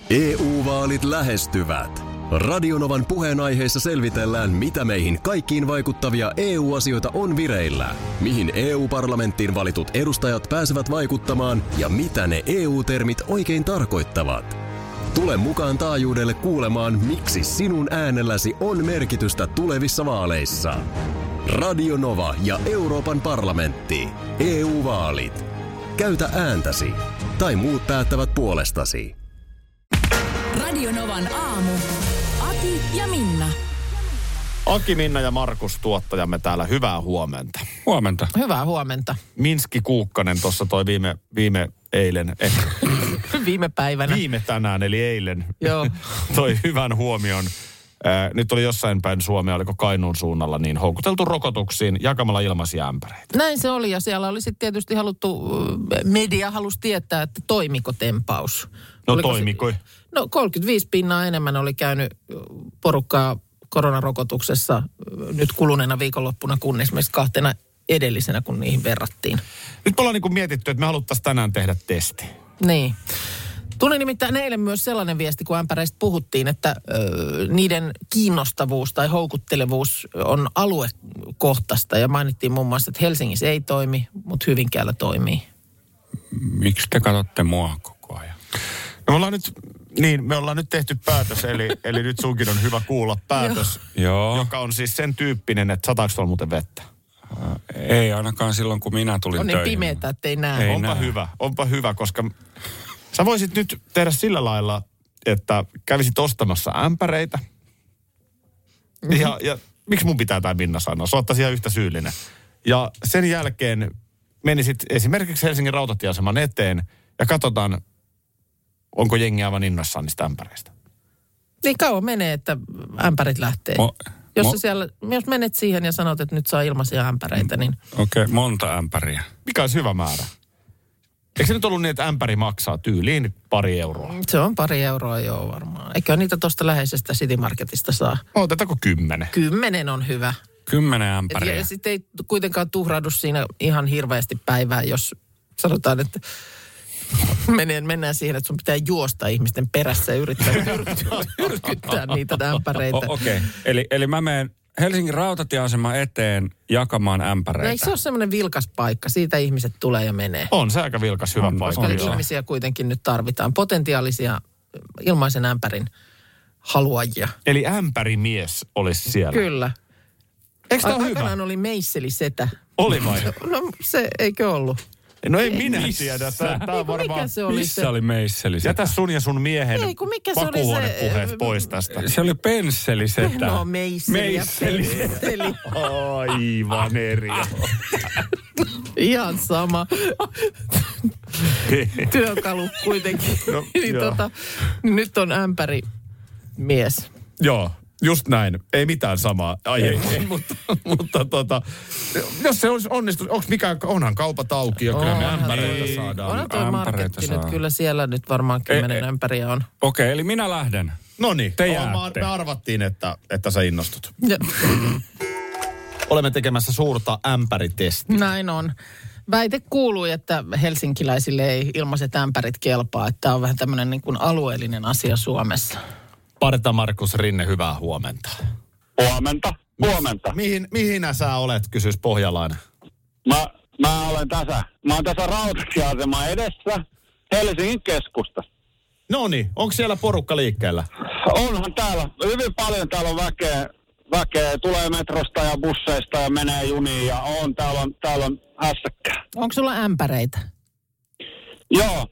EU-vaalit lähestyvät. Radionovan puheenaiheessa selvitellään, mitä meihin kaikkiin vaikuttavia EU-asioita on vireillä, mihin EU-parlamenttiin valitut edustajat pääsevät vaikuttamaan ja mitä ne EU-termit oikein tarkoittavat. Tule mukaan taajuudelle kuulemaan, miksi sinun äänelläsi on merkitystä tulevissa vaaleissa. Radio Nova ja Euroopan parlamentti. EU-vaalit. Käytä ääntäsi. Tai muut päättävät puolestasi. Radio Novan aamu. Ati ja Minna. Aki, Minna ja Markus, tuottajamme täällä. Hyvää huomenta. Huomenta. Hyvää huomenta. Minski Kuukkanen tuossa toi viime eilen. Viime päivänä. Viime tänään, eli eilen. Joo. Toi hyvän huomion. Nyt oli jossain päin Suomea, oliko Kainuun suunnalla, niin houkuteltu rokotuksiin jakamalla ilmaisia ämpäreitä. Näin se oli, ja siellä oli sitten tietysti media halusi tietää, että toimiko tempaus. No toimiko? No 35% enemmän oli käynyt porukkaa koronarokotuksessa nyt kuluneena viikonloppuna kuin esimerkiksi 2 edellisenä, kun niihin verrattiin. Nyt me ollaan niin kuin mietitty, että me haluttaisiin tänään tehdä testi. Niin. Tuli nimittäin eilen myös sellainen viesti, kun ämpäreistä puhuttiin, että niiden kiinnostavuus tai houkuttelevuus on aluekohtaista. Ja mainittiin muun muassa, että Helsingissä ei toimi, mutta Hyvinkäällä toimii. Miksi te katsotte mua koko ajan? No me ollaan nyt tehty päätös, eli nyt sunkin on hyvä kuulla päätös, joka on siis sen tyyppinen, että sataako tuolla muuten vettä? Ei ainakaan silloin, kun minä tulin töihin. On niin pimeätä, ettei näe. Onpa hyvä, koska sä voisit nyt tehdä sillä lailla, että kävisit ostamassa ämpäreitä. Mm-hmm. Ja miksi mun pitää tämä Minna sanoa? Sä ottaisit ihan yhtä syyllinen. Ja sen jälkeen menisit esimerkiksi Helsingin rautatieaseman eteen ja katsotaan, onko jengi aivan innoissaan niistä ämpäreistä. Niin kauan menee, että ämpärit lähtee. Jos menet siihen ja sanot, että nyt saa ilmaisia ämpäreitä, niin... Okei, monta ämpäriä. Mikä olisi hyvä määrä? Eikö se nyt ollut niin, että ämpäri maksaa tyyliin 2 euroa? Se on 2 euroa, joo varmaan. Eikä niitä tuosta läheisestä City Marketista saa. Otetaanko 10? 10 on hyvä. 10 ämpäriä. Ja sitten ei kuitenkaan tuhraudu siinä ihan hirveästi päivää, jos sanotaan, että mennään siihen, että sun pitää juosta ihmisten perässä ja yrittää tyrkyttää niitä ämpäreitä. Okei. Eli mä menen Helsingin rautatieaseman eteen jakamaan ämpäreitä. No eikö se ole semmoinen vilkas paikka? Siitä ihmiset tulee ja menee. On se aika vilkas hyvä paikka. Koska ihmisiä kuitenkin nyt tarvitaan. Potentiaalisia ilmaisen ämpärin haluajia. Eli ämpärimies olisi siellä. Kyllä. Eikö tämä ole hyvä? Aikanaan oli meisselisetä. Oli vai? No se eikö ollut? No ei minä tiedä. Tämä on varmaan... Missä oli meisselisetä? Jätä sun ja sun miehen pakuhuonepuheet pois tästä. Se oli pensselisetä. No meisseli. Aivan eri. Ihan sama. Työkalu kuitenkin. No, nyt on ämpärimies. Joo. Just näin. Ei mitään samaa. Mutta jos se olisi onnistunut, onhan kaupat auki ja kyllä me ämpäreitä saadaan. Onhan tuo marketti nyt, kyllä siellä nyt varmaan 10 ämpäriä on. Okei, eli minä lähden. Noniin. Te jäätte. Me arvattiin, että sä innostut. Olemme tekemässä suurta ämpäritestiä. Näin on. Väite kuului, että helsinkiläisille ei ilmaiset ämpärit kelpaa, että tämä on vähän tämmöinen niin kuin alueellinen asia Suomessa. Parta Markus Rinne, hyvää huomenta. Huomenta. Mihin sä olet, kysyisi pohjalainen? Mä olen tässä. Mä oon tässä rautatieaseman edessä Helsingin keskustassa. Noniin, onko siellä porukka liikkeellä? Onhan täällä. Hyvin paljon täällä on väkeä. Tulee metrosta ja busseista ja menee juniin ja täällä on hässäkkää. Onko sulla ämpäreitä? Joo,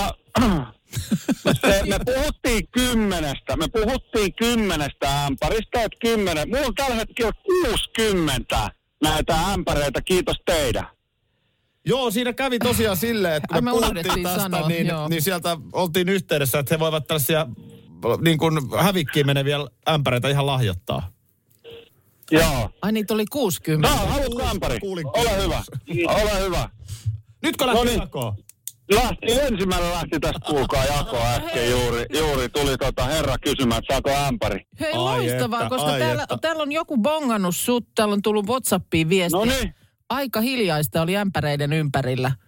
Me puhuttiin 10 ämpäristä, että 10. Mulla on tällä hetkellä 60 näitä ämpäreitä, kiitos teidän. Joo, siinä kävi tosiaan silleen, että kun me puhuttiin tästä, niin sieltä oltiin yhteydessä, että he voivat tällaisia niin kuin hävikkiin meneviä ämpäreitä ihan lahjoittaa. Joo. Ai niitä oli 60. No, haluatko ämpäri? Ole hyvä. Nytkö lähti jakoon? Ensimmäinen lähti tästä kuulkaa jakoa äsken juuri tuli herra kysymään, että saako ämpäri. Hei, loistavaa, koska täällä on joku bongannut sut, täällä on tullut WhatsAppiin viesti. Noniin. Aika hiljaista oli ämpäreiden ympärillä.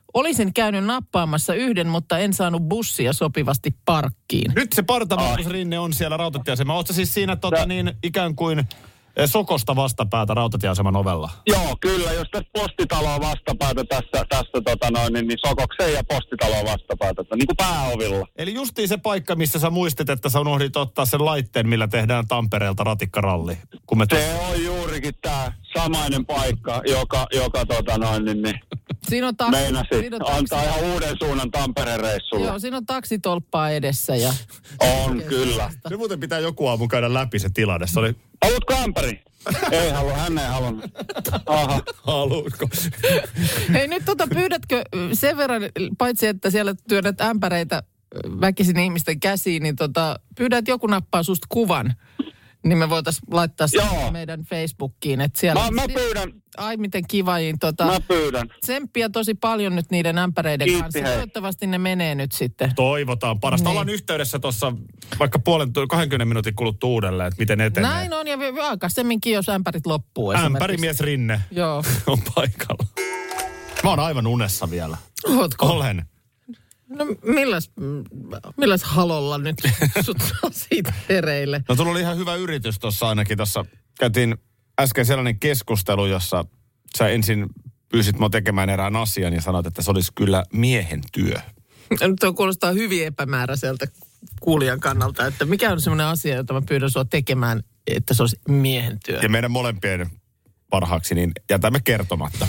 Olisin käynyt nappaamassa yhden, mutta en saanut bussia sopivasti parkkiin. Nyt se Markus Rinne on siellä rautatieasema. Ootko siis siinä ikään kuin Sokosta vastapäätä rautatieaseman ovella? Joo, kyllä. Jos tässä postitaloa vastapäätä niin Sokokseen ja postitaloa vastapäätä, niin kuin pääovilla. Eli justiin se paikka, missä sä muistit, että sä unohdit ottaa sen laitteen, millä tehdään Tampereelta ratikkaralli. Se on juurikin tämä samainen paikka, joka siinä on meinasi antaa ihan uuden suunnan Tampereen reissulle. Joo, siinä on taksitolppaa edessä ja... On, kyllä. Se muuten pitää joku aamu käydä läpi se tilanne. Se oli... Haluatko ämpäri? Ei halua, hän ei halunnut. Aha. Haluutko? Hei nyt pyydätkö sen verran, paitsi että siellä työnnät ämpäreitä väkisin ihmisten käsiin, niin pyydät joku nappaa susta kuvan. Niin me voitaisiin laittaa sen meidän Facebookiin. Että siellä mä pyydän. Ai miten kiva. Mä pyydän. Tsemppiä tosi paljon nyt niiden ämpäreiden kanssa. Hei. Toivottavasti ne menee nyt sitten. Toivotaan parasta. Niin. Ollaan yhteydessä tuossa vaikka 20 minuutin kuluttua uudelleen, että miten etenee. Näin on ja aikaisemminkin, jos ämpärit loppuu. Ämpärimies Rinne on paikalla. Mä oon aivan unessa vielä. Ootko? Olen. No milläs halolla nyt sut saa siitä hereille? No tulla oli ihan hyvä yritys tuossa ainakin. Tuossa käytiin äsken sellainen keskustelu, jossa sä ensin pyysit mua tekemään erään asian ja sanoit, että se olisi kyllä miehen työ. Nyt tuo kuulostaa hyvin epämääräiseltä kuulijan kannalta, että mikä on semmoinen asia, jota mä pyydän sua tekemään, että se olisi miehen työ. Ja meidän molempien parhaaksi niin jätämme kertomatta,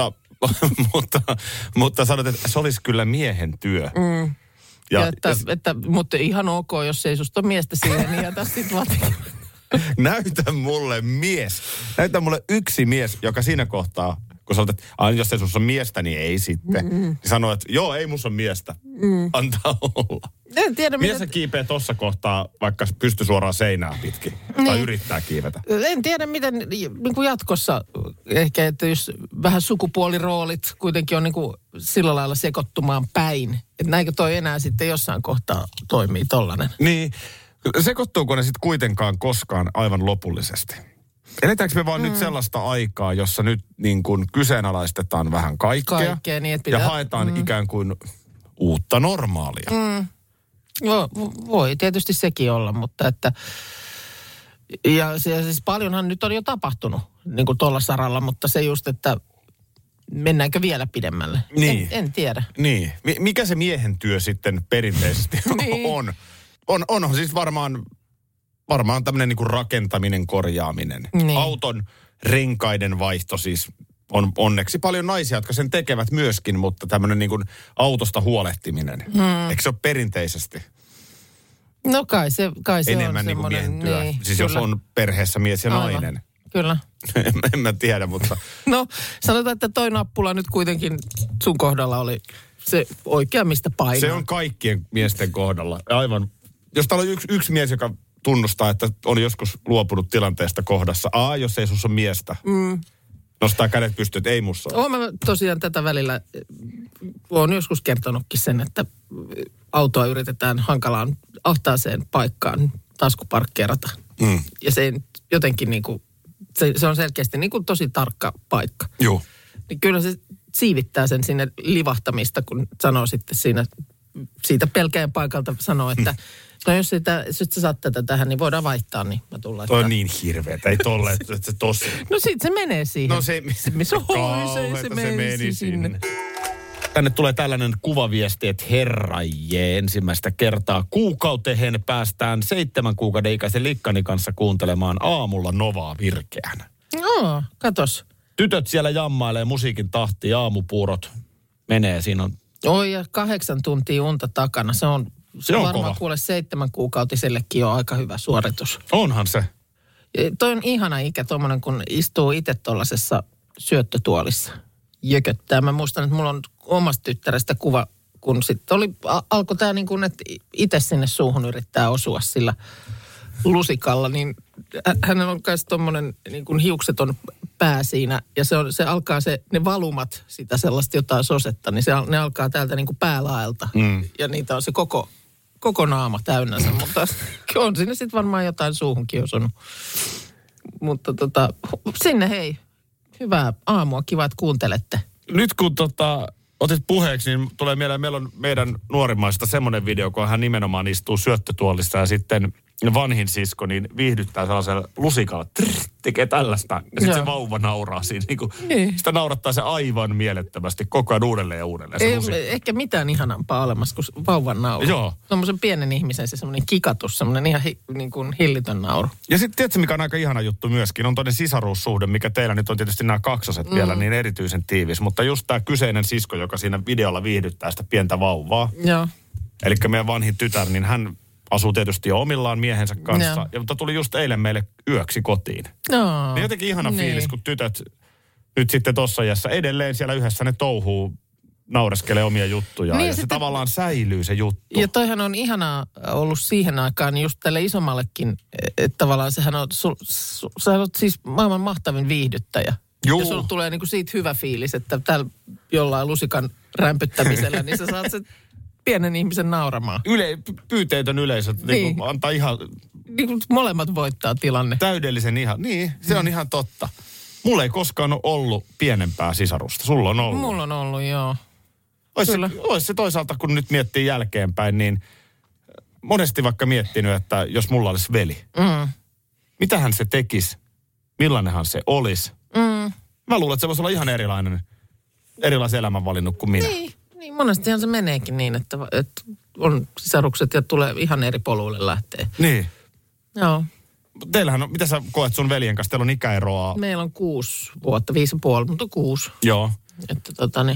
mutta sanoit, että se olisi kyllä miehen työ. Mm. Mutta ihan ok, jos ei susta ole miestä siihen, niin jätä sit vaan tekemään. Näytä mulle mies. Näytä mulle yksi mies, joka siinä kohtaa, kun sanoit, että jos ei sussa ole miestä, niin ei sitten. Niin sanoo, että joo, ei musta ole miestä. Antaa olla. En tiedä, mies se kiipee tuossa kohtaa, vaikka pystyy suoraan seinää pitkin. Niin. Tai yrittää kiivetä. En tiedä, miten niin kuin jatkossa ehkä, että jos vähän sukupuoliroolit kuitenkin on niin kuin sillä lailla sekoittumaan päin. Että näinkö toi enää sitten jossain kohtaa toimii tollainen? Niin. Sekoittuuko ne sitten kuitenkaan koskaan aivan lopullisesti? Eletäänkö me vaan nyt sellaista aikaa, jossa nyt niin kuin kyseenalaistetaan vähän kaikkea niin, ja haetaan ikään kuin uutta normaalia? Voi tietysti sekin olla, mutta että... Ja siis paljonhan nyt on jo tapahtunut niin kuin tuolla saralla, mutta se just, että mennäänkö vielä pidemmälle? Niin. En tiedä. Niin. Mikä se miehen työ sitten perinteisesti on? Onhan siis varmaan tämmöinen niin kuin rakentaminen, korjaaminen. Niin. Auton renkaiden vaihto siis on onneksi paljon naisia, jotka sen tekevät myöskin, mutta tämmöinen niin kuin autosta huolehtiminen. Eikö se ole perinteisesti? No kai se enemmän on niin kuin miehen työ. Niin, siis kyllä. Jos on perheessä mies ja nainen. Kyllä. En mä tiedä, mutta... No sanotaan, että toi nappula nyt kuitenkin sun kohdalla oli se oikea, mistä painaa. Se on kaikkien miesten kohdalla. Aivan. Jos täällä on yksi mies, joka tunnustaa, että on joskus luopunut tilanteesta kohdassa. Jos ei sus ole miestä. Nostaa kädet pystyyn, että ei mussa ole. Olen mä tosiaan tätä välillä, olen joskus kertonutkin sen, että autoa yritetään hankalaan ahtaaseen paikkaan taskuparkkeerata. Ja se jotenkin niin kuin, se on selkeästi niin kuin tosi tarkka paikka. Joo. Niin kyllä se siivittää sen sinne livahtamista, kun sanoo sitten siitä pelkäjän paikalta sanoo, että no jos sä saat tätä tähän, niin voidaan vaihtaa, niin mä tullaan. Toi on niin hirveetä, ei tolle, että se tossa. No sit se menee siihen. No se meni sinne. Tänne tulee tällainen kuvaviesti, että herrajee, ensimmäistä kertaa kuukauteen päästään 7 kuukauden ikäisen likkani kanssa kuuntelemaan aamulla Novaa virkeänä. Joo, katos. Tytöt siellä jammailee musiikin tahtiin, aamupuurot menee, siinä on... Oi ja 8 tuntia unta takana, se on varmaan kova. Kuule 7-kuukautisellekin jo aika hyvä suoritus. Onhan se. Ja toi on ihana ikä tommonen, kun istuu itse tuollaisessa syöttötuolissa. Jököttää. Mä muistan, että mulla on omasta tyttärestä kuva, kun sitten alkoi tää niin kuin, että itse sinne suuhun yrittää osua sillä lusikalla, niin hänellä on myös tommonen niin kuin hiukseton pää siinä, ja se alkaa ne valumat sitä sellaista jotain sosetta, niin ne alkaa täältä niin kuin päälaelta, ja niitä on se koko naama täynnänsä, mutta on sinne sitten varmaan jotain suuhunkin osunut. Mutta sinne hei, hyvää aamua, kiva, että kuuntelette. Nyt kun otit puheeksi, niin tulee mieleen, meillä on meidän nuorimmaista semmoinen video, kun hän nimenomaan istuu syöttötuolissa ja sitten vanhin sisko niin viihdyttää sellaisella lusikalla, tekee tällaista. Ja sitten se vauva nauraa siinä. Niin. Sitä naurattaa se aivan mielettömästi koko ajan uudelleen ja uudelleen. Ei ehkä mitään ihanampaa olemassa kuin vauvan nauru. Joo. Semmoisen pienen ihmisen se semmoinen kikatus, semmoinen ihan niin kuin hillitön nauru. Ja sitten tiedätkö, mikä on aika ihana juttu myöskin, on toinen sisaruussuhde, mikä teillä nyt on tietysti nämä kaksoset vielä niin erityisen tiivis. Mutta just tämä kyseinen sisko, joka siinä videolla viihdyttää sitä pientä vauvaa. Joo. Eli meidän vanhin tytär, niin hän asuu tietysti jo omillaan miehensä kanssa, mutta tuli just eilen meille yöksi kotiin. No, niin jotenkin ihana fiilis, kun tytöt nyt sitten tossa iässä edelleen siellä yhdessä ne touhuu, naureskelee omia juttujaan niin, ja se tavallaan säilyy se juttu. Ja toihan on ihanaa ollut siihen aikaan just tälle isommallekin, että tavallaan sehän on, sähän on siis maailman mahtavin viihdyttäjä. Juu. Ja sulla tulee niinku siitä hyvä fiilis, että täällä jollain lusikan rämpyttämisellä, niin sä saat sen pienen ihmisen nauramaan. Pyyteetön yleisö niin. Antaa ihan... Niin kuin molemmat voittaa tilanne. Täydellisen ihan, niin se on ihan totta. Mulla ei koskaan ole ollut pienempää sisarusta. Sulla on ollut. Mulla on ollut, joo. Olisi se toisaalta, kun nyt miettii jälkeenpäin, niin monesti vaikka miettinyt, että jos mulla olisi veli. Mitähän se tekisi? Millainenhan se olisi? Mä luulen, että se voisi olla ihan erilaisen elämän valinnut kuin minä. Niin, monestihan se meneekin niin, että on sisarukset ja tulee ihan eri poluille lähtee. Niin. Joo. Teillähän on, mitä sä koet sun veljen kanssa? Teillä on ikäeroa. Meillä on 6 vuotta, 5,5, mutta 6. Joo. Että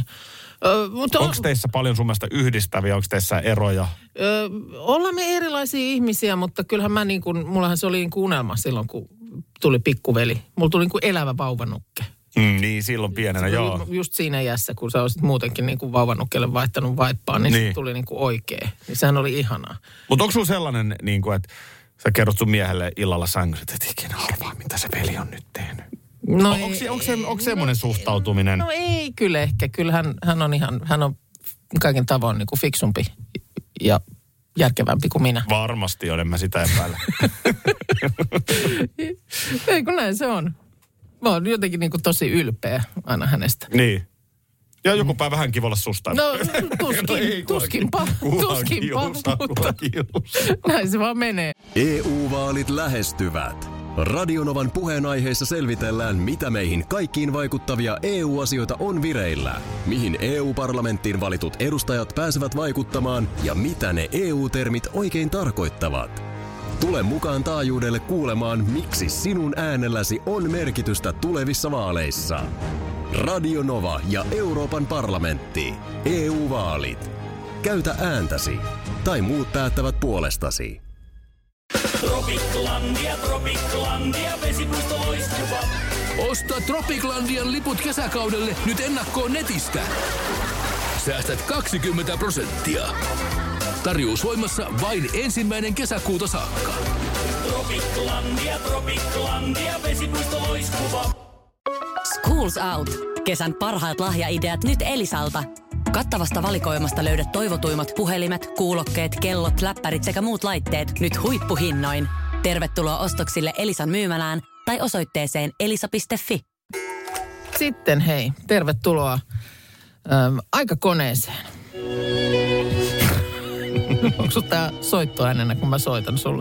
onko teissä paljon sun mielestä yhdistäviä, onko teissä eroja? Ollaan me erilaisia ihmisiä, mutta kyllähän mullahan se oli unelma silloin, kun tuli pikkuveli. Mulla tuli elävä vauvanukke. Niin, silloin pienenä, joo. Just siinä iässä, kun sä olisit muutenkin vauvanukkelle vaihtanut vaippaan, niin se tuli oikein. Niin sehän oli ihanaa. Mutta onko sulla sellainen, että sä kerrot sun miehelle illalla sängyssä, että et ikinä arvaa, mitä se veli on nyt tehnyt? No onko semmoinen suhtautuminen? No ei kyllä ehkä. Kyllä hän on kaiken tavoin fiksumpi ja järkevämpi kuin minä. Varmasti on, en mä sitä epäile. Ei kun näin se on. Mä oon jotenkin tosi ylpeä aina hänestä. Niin. Ja joku päivä hänkin voi olla susta. No tuskinpa. Näin se vaan menee. EU-vaalit lähestyvät. Radionovan puheenaiheessa selvitellään, mitä meihin kaikkiin vaikuttavia EU-asioita on vireillä, mihin EU-parlamenttiin valitut edustajat pääsevät vaikuttamaan ja mitä ne EU-termit oikein tarkoittavat. Tule mukaan taajuudelle kuulemaan, miksi sinun äänelläsi on merkitystä tulevissa vaaleissa. Radio Nova ja Euroopan parlamentti. EU-vaalit. Käytä ääntäsi. Tai muut päättävät puolestasi. Tropiklandia, vesipuisto loistuva. Osta Tropiklandian liput kesäkaudelle nyt ennakkoon netistä. Säästät 20%. Tarjous voimassa vain 1. kesäkuuta saakka. Tropiklandia, vesipuisto loistuva. Schools Out. Kesän parhaat lahjaideat nyt Elisalta. Kattavasta valikoimasta löydät toivotuimmat puhelimet, kuulokkeet, kellot, läppärit sekä muut laitteet nyt huippuhinnoin. Tervetuloa ostoksille Elisan myymälään tai osoitteeseen elisa.fi. Sitten hei, tervetuloa aikakoneeseen. Onko sun tää soittoäänenä, kun mä soitan sulle?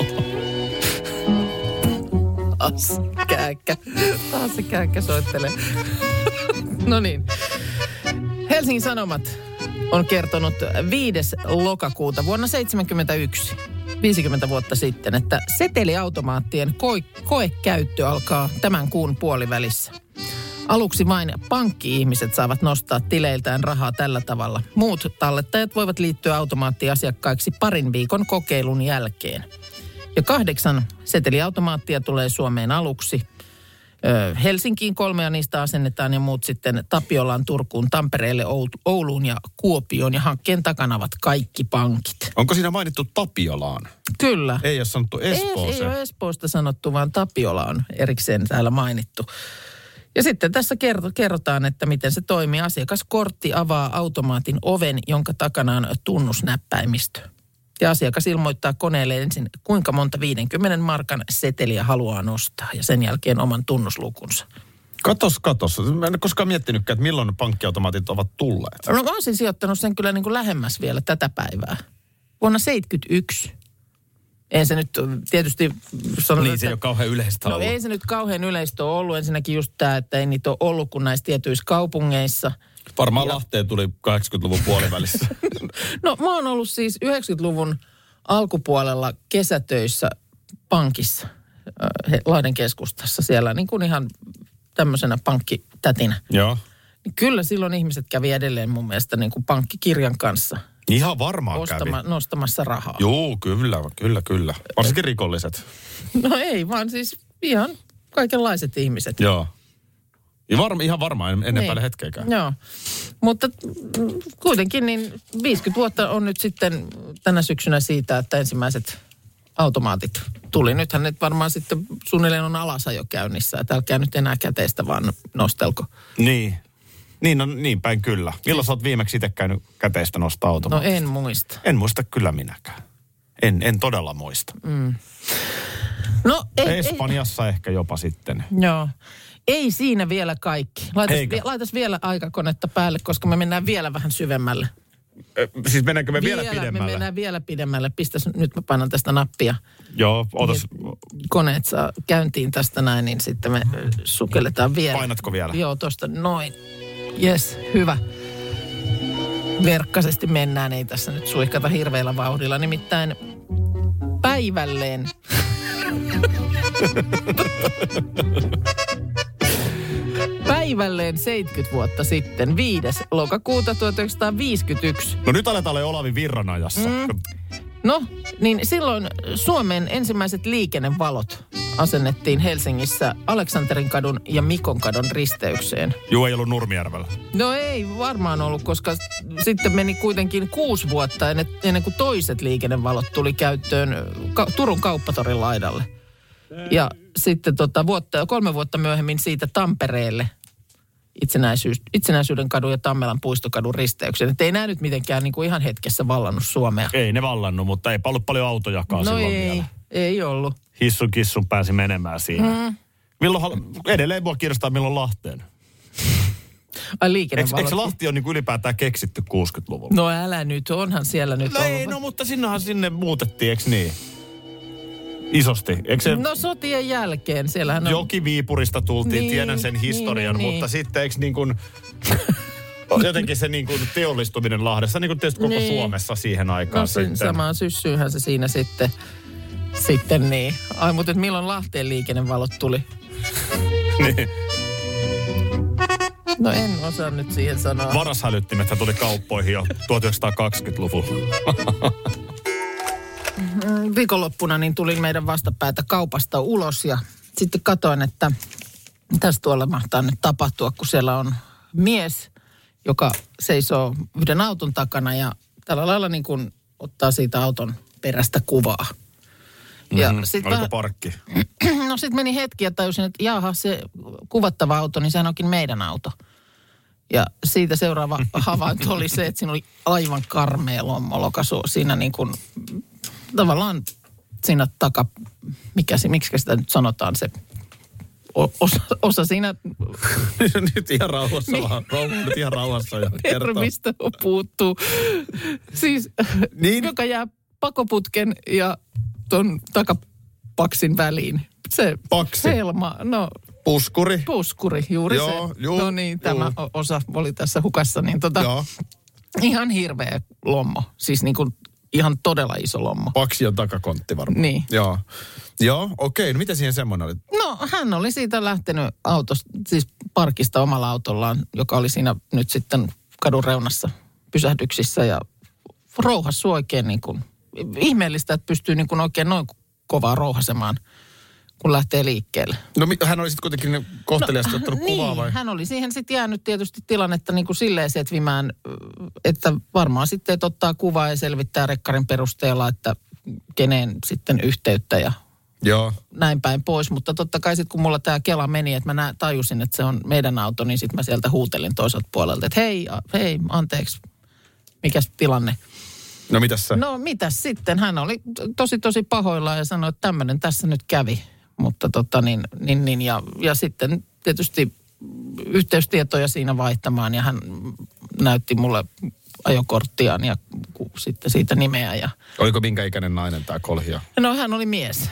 Taas se kääkkä soittelee. No niin. Helsingin Sanomat on kertonut 5. lokakuuta vuonna 1971, 50 vuotta sitten, että seteliautomaattien koekäyttö alkaa tämän kuun puolivälissä. Aluksi vain pankki-ihmiset saavat nostaa tileiltään rahaa tällä tavalla. Muut tallettajat voivat liittyä automaattiasiakkaiksi parin viikon kokeilun jälkeen. Ja 8 seteliautomaattia tulee Suomeen aluksi. Helsinkiin 3 niistä asennetaan ja muut sitten Tapiolaan, Turkuun, Tampereelle, Ouluun ja Kuopioon. Ja hankkeen takana ovat kaikki pankit. Onko siinä mainittu Tapiolaan? Kyllä. Ei ole sanottu Espooseen. Ei ole Espoosta sanottu, vaan Tapiola on erikseen täällä mainittu. Ja sitten tässä kerrotaan, että miten se toimii. Asiakaskortti avaa automaatin oven, jonka takana on tunnusnäppäimistö. Ja asiakas ilmoittaa koneelle ensin, kuinka monta 50 markan seteliä haluaa nostaa ja sen jälkeen oman tunnuslukunsa. Katos. Mä en koskaan miettinytkään, että milloin pankkiautomaatit ovat tulleet. No mä olisin sijoittanut sen kyllä niin kuin lähemmäs vielä tätä päivää. Vuonna 1971. Ei se nyt tietysti... Niin, se ei ole kauhean yleistä ollut. No ei se nyt kauhean yleistä ole ollut. Ensinnäkin just tämä, että ei niitä ole ollut kuin näissä tietyissä kaupungeissa. Varmaan Lahteen tuli 80-luvun puolivälissä. No mä oon ollut siis 90-luvun alkupuolella kesätöissä pankissa Lahden keskustassa. Siellä niin kuin ihan tämmöisenä pankkitätinä. Joo. Niin kyllä silloin ihmiset kävi edelleen mun mielestä niin kuin pankkikirjan kanssa. Ihan varmaan kävi. Nostamassa rahaa. Joo, kyllä. Varsinkin rikolliset. No ei, vaan siis ihan kaikenlaiset ihmiset. Joo. Ihan varmaan, ennen päälle hetkeäkään. Joo, mutta kuitenkin niin 50 vuotta on nyt sitten tänä syksynä siitä, että ensimmäiset automaatit tuli. Nythän ne varmaan sitten suunnilleen on alasajo käynnissä, että älkää nyt enää käteistä vaan nostelko. Niin, no niin päin kyllä. Milloin sä oot viimeksi itse käynyt käteistä nostaa automaatista? No en muista. En muista kyllä minäkään. En todella muista. No Espanjassa ehkä jopa sitten. Joo. Ei siinä vielä kaikki. Laitas vielä aikakonetta päälle, koska me mennään vielä vähän syvemmälle. Siis mennäänkö me vielä pidemmälle? Me mennään vielä pidemmälle. Nyt mä painan tästä nappia. Joo, otas. Koneet saa käyntiin tästä näin, niin sitten me sukelletaan vielä. Painatko vielä? Joo, tosta noin. Jes, hyvä. Verkkaisesti mennään, ei tässä nyt suihkata hirveällä vauhdilla. Nimittäin päivälleen... Päivälleen 70 vuotta sitten, 5. lokakuuta 1951. No nyt aletaan olla Olavi Virran ajassa. No, niin silloin Suomen ensimmäiset liikennevalot asennettiin Helsingissä Aleksanterin kadun ja Mikon kadun risteykseen. Joo, ei ollut Nurmijärvellä. No ei varmaan ollut, koska sitten meni kuitenkin 6 vuotta ennen kuin toiset liikennevalot tuli käyttöön Turun Kauppatorin laidalle. Ja sitten 3 vuotta myöhemmin siitä Tampereelle Itsenäisyyden kadun ja Tammelan puistokadun risteyksen. Että ei nämä nyt mitenkään niin kuin ihan hetkessä vallannut Suomea. Ei ne vallannut, mutta ei ollut paljon autojakaan silloin vielä. Ei ollut. Hissun kissun pääsi menemään siinä. Edelleen voi kiinnostaa milloin Lahteen. Ai liikennevalot. Eikö Lahti ole niin kuin ylipäätään keksitty 60-luvulla? No älä nyt, onhan siellä nyt ollut. Ei, no mutta sinne muutettiin, eikö niin? Isosti. No sotien jälkeen. Siellähän on... Joki-Viipurista tultiin, tiedän sen historian, mutta sitten eikö niin kuin... jotenkin se niin kuin teollistuminen Lahdessa, niin kuin tietysti koko Suomessa siihen aikaan. No samaan syssyynhän se siinä sitten niin. Ai, mutta milloin Lahteen liikennevalot tuli? Niin. No en osaa nyt siihen sanoa. Varashälyttimethän tuli kauppoihin jo 1920-luvulla. Viikonloppuna niin tulin meidän vastapäätä kaupasta ulos ja sitten katsoin, että tässä tuolla mahtaa nyt tapahtua, kun siellä on mies, joka seisoo yhden auton takana ja tällä lailla niin kuin ottaa siitä auton perästä kuvaa. Ja oliko parkki? No sitten meni hetki ja tajusin, että jaha, se kuvattava auto, niin sehän onkin meidän auto. Ja siitä seuraava havainto oli se, että siinä oli aivan karmea lommolokasu. Siinä niin kuin tavallaan siinä miksi sitä nyt sanotaan se osa siinä... Nyt ihan rauhassa vaan. Nyt ihan rauhassa ja kertoo. Termistä puuttuu. Siis niin? Joka jää pakoputken ja ton takapaksin väliin. Se paksi. Helma, no... Puskuri, juuri se. No niin, tämä osa oli tässä hukassa. Niin ihan hirveä lommo. Siis niin kuin ihan todella iso lommo. Paksi on takakontti varmaan. Niin. Joo, okei. No mitä siihen semmoinen oli? No hän oli siitä lähtenyt siis parkista omalla autollaan, joka oli siinä nyt sitten kadun reunassa pysähdyksissä ja rouhassu oikein niin kuin, ihmeellistä, että pystyy niin kuin oikein noin kovaa rouhasemaan, kun lähtee liikkeelle. No hän oli sitten kuitenkin kohteliaasti ottanut kuvaa vai? Hän oli siihen sitten jäänyt tietysti tilannetta niin kuin silleen setvimään, että varmaan sitten ottaa kuvaa ja selvittää rekkarin perusteella, että keneen sitten yhteyttä ja näin päin pois. Mutta totta kai sitten kun mulla tämä Kela meni, että mä tajusin, että se on meidän auto, niin sitten mä sieltä huutelin toiselta puolelta, että hei, anteeksi, mikäs tilanne? No mitäs se? No mitäs sitten? Hän oli tosi pahoillaan ja sanoi, että tämmöinen tässä nyt kävi. Mutta ja sitten tietysti yhteystietoja siinä vaihtamaan ja hän näytti mulle ajokorttiaan ja sitten siitä nimeä. Ja... Oliko minkä ikäinen nainen tämä kolhia? No hän oli mies.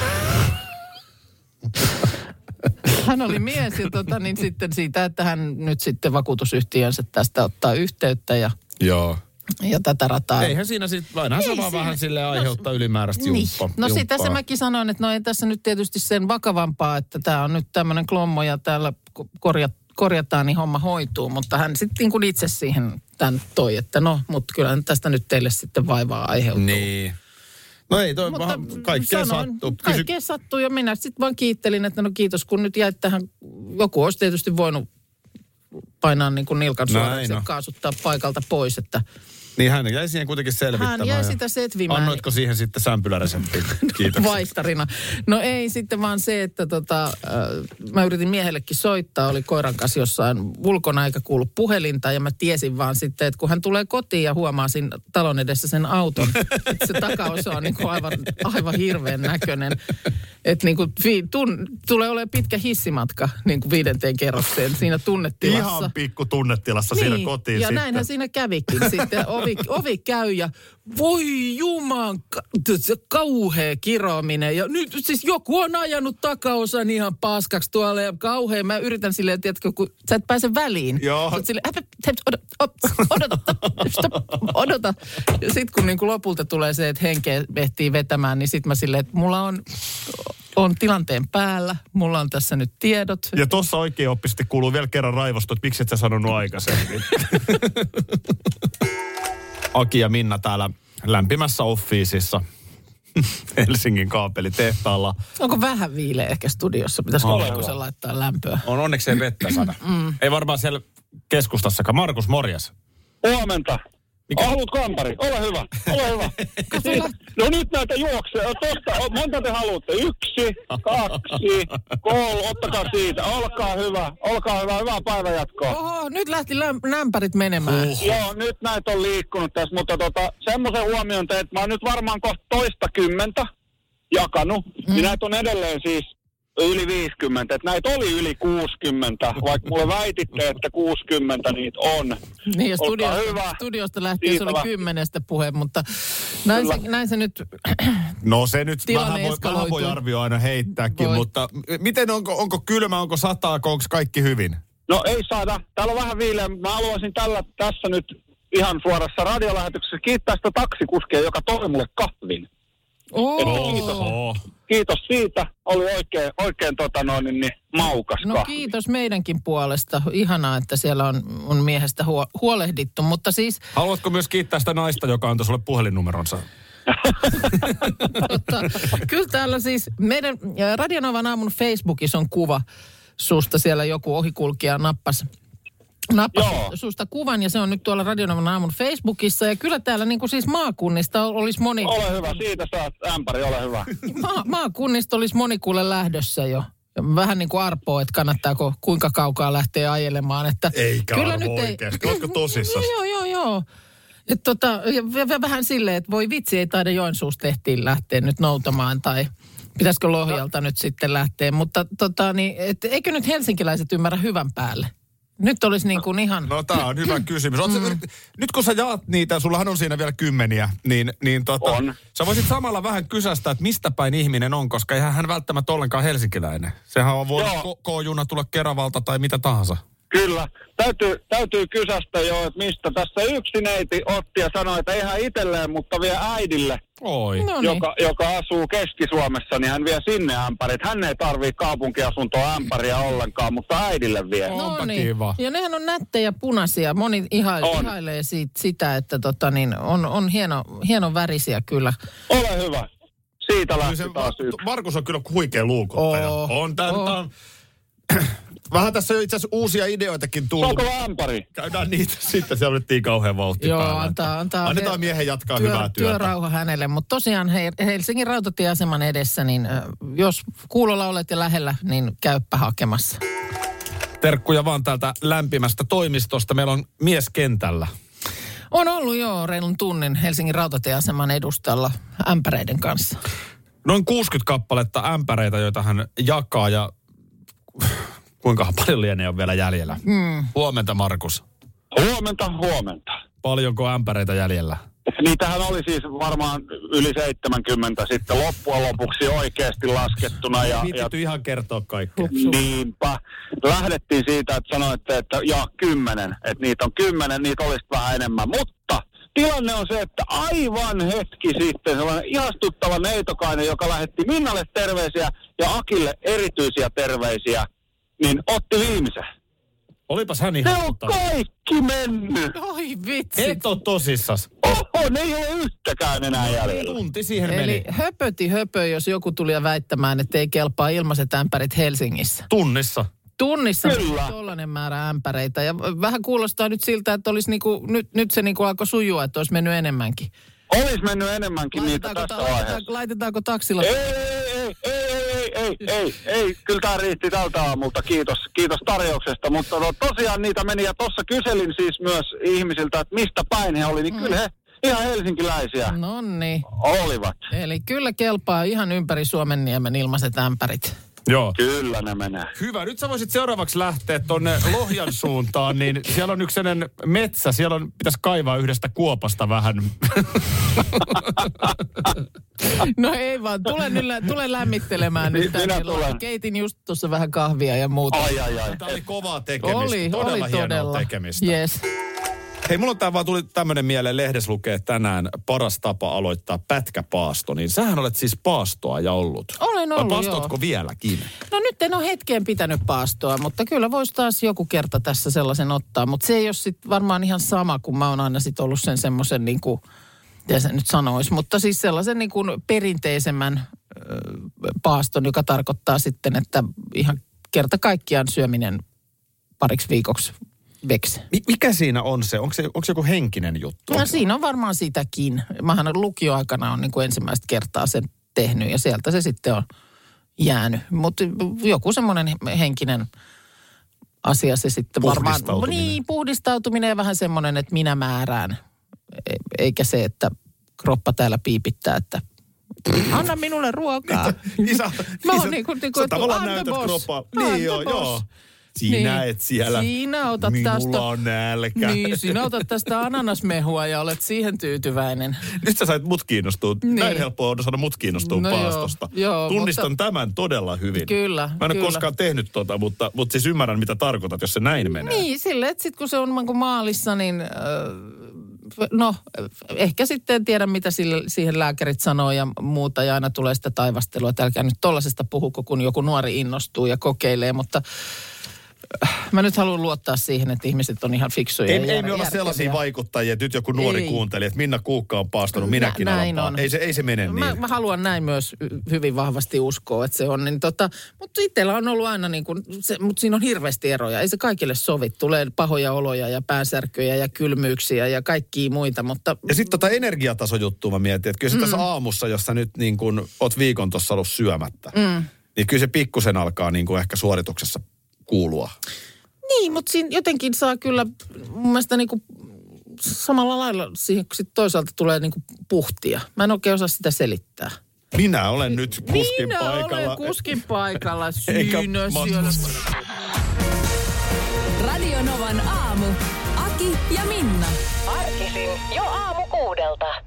Hän oli mies ja niin sitten siitä, että hän nyt sitten vakuutusyhtiönsä tästä ottaa yhteyttä ja... Joo. Ja tätä rataa. Eihän siinä sitten, aina se vaan vähän silleen aiheuttaa ylimääräistä jumppaa. No sitä se mäkin sanoin, että no ei tässä nyt tietysti sen vakavampaa, että tämä on nyt tämmöinen klommo ja täällä korjataan, niin homma hoituu. Mutta hän sitten niin kuin itse siihen tämän toi, että no, mutta kyllä tästä nyt teille sitten vaivaa aiheutuu. Niin. No ei toi vaan kaikkea sattuu. Kaikkea sattuu ja minä sitten vaan kiittelin, että no kiitos kun nyt jäit tähän. Joku olisi tietysti voinut painaa niin kuin nilkan suoraksi ja kaasuttaa paikalta pois, että... Niin hän jäi siihen kuitenkin selvittämään. Hän jäi sitä setvimään. Annoitko siihen sitten sämpyläreseptin? Kiitos. Vaistarina. No ei sitten vaan se, että mä yritin miehellekin soittaa, oli koiran kanssa jossain ulkona eikä kuulu puhelinta ja mä tiesin vaan sitten, että kun hän tulee kotiin ja huomaa siinä talon edessä sen auton, että se takaosa on niin kuin aivan hirveän näköinen. Että niin kuin tulee olemaan pitkä hissimatka niin kuin 5. kerrokseen siinä tunnetilassa. Ihan pikku tunnetilassa niin, siinä kotiin ja sitten. Ja näinhän siinä kävikin sitten. Ovi käy ja voi juman, se kauhea kirominen. Ja nyt siis joku on ajanut takaosan ihan paskaksi tuolla ja kauhea. Mä yritän silleen, tiedätkö, kun sä et pääse väliin. Joo. Sä oot silleen, odota. Ja sit kun niin kuin lopulta tulee se, että henkeä ehtii vetämään, niin sit mä silleen, että mulla on tilanteen päällä, mulla on tässä nyt tiedot. Ja tuossa oikein oppisesti kuuluu vielä kerran raivostu, että miksi et sä sanonut aikaisemmin. Aki ja Minna täällä lämpimässä offiisissa Helsingin kaapelitehtaalla. Onko vähän viileä ehkä studiossa? Pitäisikö Markusen laittaa lämpöä? On onneksi ei vettä saada. Ei varmaan siellä keskustassakaan. Markus, morjes. Huomenta. Haluatko ampari? Ole hyvä. No nyt näitä juoksee. Tosta, monta te haluatte? 1, 2, 3, ottakaa siitä. Olkaa hyvä. Hyvää päivänjatkoa. Oho, nyt lähti lämpärit menemään. Joo, nyt näitä on liikkunut tässä, mutta semmoisen huomioon teet, mä oon nyt varmaan kohta 20 jakanut. Niin näitä on edelleen siis yli 50, että näitä oli yli 60, vaikka mulle väititte, että 60 niitä on. Niin ja studiosta lähtien se oli 10 puhe, mutta näin se nyt no se nyt vähän voi arvio aina heittääkin, mutta miten onko kylmä, onko sataako, onko kaikki hyvin? No ei saada, täällä on vähän viileä, mä haluaisin tässä nyt ihan suorassa radiolähetyksessä kiittää sitä taksikuskia, joka toi mulle kahvin. Kiitos siitä. Oli oikein maukas kahvi. No kiitos meidänkin puolesta. Ihanaa, että siellä on miehestä huolehdittu, mutta siis... Haluatko myös kiittää sitä naista, joka antoi sulle puhelinnumeronsa? Kyllä täällä siis meidän Radio Novan aamun Facebookissa on kuva susta. Siellä joku ohikulkija nappasi susta kuvan ja se on nyt tuolla Radio Novan aamun Facebookissa. Ja kyllä täällä niin kuin siis maakunnista olisi moni... Ole hyvä, siitä saat ämpäri, ole hyvä. Maakunnista olisi moni kuule lähdössä jo. Vähän niin kuin arpoo, että kannattaako kuinka kaukaa lähteä ajelemaan. Että eikä kyllä arvo oikeasti, ootko tosissaan? Joo. Että ja vähän silleen, että voi vitsi, ei taida Joensuusta tehtiin lähteä nyt noutamaan tai... Pitäisikö Lohjalta nyt sitten lähteä, mutta eikö nyt helsinkiläiset ymmärrä hyvän päälle? Nyt olisi niin kuin ihan... No tää on hyvä kysymys. Nyt kun sä jaat niitä, sullahan on siinä vielä 10, niin sä voisit samalla vähän kysästä, että mistä päin ihminen on, koska eihän hän välttämättä ollenkaan helsinkiläinen. Sehän on voinut K-juna tulla Keravalta tai mitä tahansa. Kyllä. Täytyy kysästä jo, että mistä. Tässä yksi neiti otti ja sanoi, että ei hän itselleen, mutta vie äidille, joka asuu Keski-Suomessa, niin hän vie sinne ämpärit. Hän ei tarvitse kaupunkiasuntoa ämpäriä ollenkaan, mutta äidille vie. No niin. Kiva. Ja nehän on nättejä punaisia. Moni ihailee sitä, että on hieno värisiä kyllä. Ole hyvä. Siitä lähti taas yksi. Markus on kyllä huikea luukuttaja. On. Vähän tässä on itse asiassa uusia ideoitakin tullut. Saako ämpäri? Käydään niitä. Sitten se olettiin kauhean vauhti päällä. Annetaan miehen jatkaa hyvää työtä. Työrauha hänelle. Mutta tosiaan Helsingin rautatieaseman edessä, niin jos kuulolla olet ja lähellä, niin käyppä hakemassa. Terkkuja vaan täältä lämpimästä toimistosta. Meillä on mies kentällä. On ollut reilun tunnin Helsingin rautatieaseman edustalla ämpäreiden kanssa. Noin 60 kappaletta ämpäreitä, joita hän jakaa ja... Kuinkahan paljon lienee on vielä jäljellä? Huomenta, Markus. Huomenta. Paljonko ämpäreitä jäljellä? Niitähän oli siis varmaan yli 70 sitten loppujen lopuksi oikeasti laskettuna. Viititty ihan kertoa kaikkea. Niinpä. Lähdettiin siitä, että sanoitte, että 10. Että niitä on 10, niitä olisi vähän enemmän. Mutta tilanne on se, että aivan hetki sitten sellainen ihastuttava neitokainen, joka lähetti Minnalle terveisiä ja Akille erityisiä terveisiä, niin otti viimeisen. Olipas hän ihan ne on kaikki mennyt. Oi vitsi. Et ole tosissas. Oho, ne ei ole yhtäkään enää jäljellä. Tunti siihen eli meni. höpö, jos joku tuli ja väittämään, että ei kelpaa ilmaiset ämpärit Helsingissä. Tunnissa Kyllä. Tollainen määrä ämpäreitä. Ja vähän kuulostaa nyt siltä, että olisi nyt se alkoi sujua, että olisi mennyt enemmänkin. Olisi mennyt enemmänkin niitä tässä vaiheessa. Laitetaanko taksilla? Ei. Kyllä tämä riitti tältä aamulta. Kiitos tarjouksesta. Mutta tosiaan niitä meni. Ja tuossa kyselin siis myös ihmisiltä, että mistä päin he oli. Niin kyllä he ihan helsinkiläisiä olivat. Eli kyllä kelpaa ihan ympäri Suomenniemen ilmaiset ämpärit. Joo. Kyllä ne menee. Hyvä. Nyt sä voisit seuraavaksi lähteä tonne Lohjan suuntaan, niin siellä on yksi sellainen metsä. Siellä pitäisi kaivaa yhdestä kuopasta vähän. No ei vaan, tule lämmittelemään nyt. Minä tulen. Keitin just tuossa vähän kahvia ja muuta. Ai. Tämä oli kovaa tekemistä. Oli hienoa todella. Tekemistä. Yes. Hei, mulla vaan tuli tämmöinen mieleen, lehdessä lukee tänään paras tapa aloittaa pätkäpaasto. Niin sähän olet siis paastoaja ollut. Olen ollut, vai paastoatko vieläkin? No nyt en ole hetkeen pitänyt paastoa, mutta kyllä voisi taas joku kerta tässä sellaisen ottaa. Mutta se ei ole sitten varmaan ihan sama, kun mä oon aina sitten ollut sen semmoisen niin kuin, mitä se nyt sanoisi, mutta siis sellaisen niin kuin perinteisemmän paaston, joka tarkoittaa sitten, että ihan kerta kaikkiaan syöminen pariksi viikoksi veksi. Mikä siinä on se? Onko se joku henkinen juttu? No siinä on varmaan sitäkin. Mähän lukioaikana on niin kuin ensimmäistä kertaa sen tehnyt ja sieltä se sitten on jäänyt. Mutta joku semmoinen henkinen asia se sitten varmaan. Niin, puhdistautuminen ja vähän semmoinen, että minä määrään. Eikä se, että kroppa täällä piipittää, että anna minulle ruokaa. Mä oon niin kuin tavallaan näytät kroppaa. Niin joo. Sinä et siellä. Sinä otat Minulla on nälkä. Niin, sinä otat tästä ananasmehua ja olet siihen tyytyväinen. Nyt sä sait mut kiinnostua. Niin. Näin helppoa on saada mut kiinnostua paastosta. Joo, tunnistan tämän todella hyvin. Kyllä. Mä en ole koskaan tehnyt mutta siis ymmärrän, mitä tarkoitat, jos se näin menee. Niin, silleen, että sit kun se on maalissa, niin ehkä sitten en tiedä, mitä siihen lääkärit sanoo ja muuta. Ja aina tulee sitä taivastelua, että älkää nyt tollasesta puhuko, kun joku nuori innostuu ja kokeilee, mutta mä nyt haluan luottaa siihen, että ihmiset on ihan fiksuja. Ei me olla sellaisia vaikuttajia, että nyt joku nuori kuunteli, että Minna Kuukka on paastonut, minäkin alan. Ei se mene niin. Mä haluan näin myös hyvin vahvasti uskoa, että se on. Niin mutta itsellä on ollut aina niin kuin, mutta siinä on hirveästi eroja. Ei se kaikille sovi. Tulee pahoja oloja ja päänsärkyjä ja kylmyyksiä ja kaikkia muita, mutta ja sitten energiatasojuttua mä mietin, että kyllä se tässä aamussa, jos sä nyt niin kuin oot viikon tuossa ollut syömättä, niin kyllä se pikkusen alkaa niin kuin ehkä suorituksessa kuulua. Niin, mutta siinä jotenkin saa kyllä mun mielestä niinku samalla lailla siihen, kun sit toisaalta tulee niinku puhtia. Mä en oikein osaa sitä selittää. Minä olen nyt kuskin paikalla. Minä olen kuskin paikalla. Syynä siellä. Radio Novan aamu. Aki ja Minna. Arkisin jo aamu 6:00.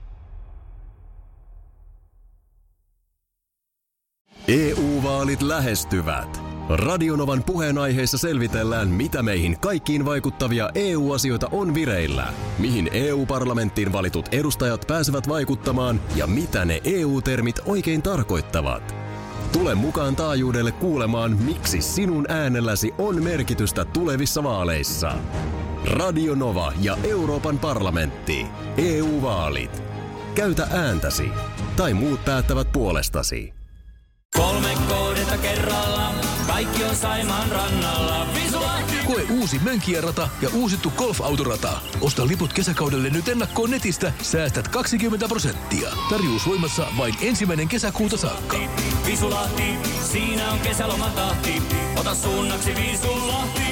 EU-vaalit lähestyvät. Radionovan puheenaiheessa selvitellään, mitä meihin kaikkiin vaikuttavia EU-asioita on vireillä, mihin EU-parlamenttiin valitut edustajat pääsevät vaikuttamaan ja mitä ne EU-termit oikein tarkoittavat. Tule mukaan taajuudelle kuulemaan, miksi sinun äänelläsi on merkitystä tulevissa vaaleissa. Radio Nova ja Euroopan parlamentti. EU-vaalit. Käytä ääntäsi. Tai muut päättävät puolestasi. 3 kohdetta kerralla, kaikki on Saimaan rannalla. Visulahti! Koe uusi Mönkijärata ja uusittu golfautorata. Osta liput kesäkaudelle nyt ennakkoon netistä, säästät 20%. Tarjous voimassa vain 1. kesäkuuta saakka. Visulahti, siinä on kesälomatahti. Ota suunnaksi Visulahti.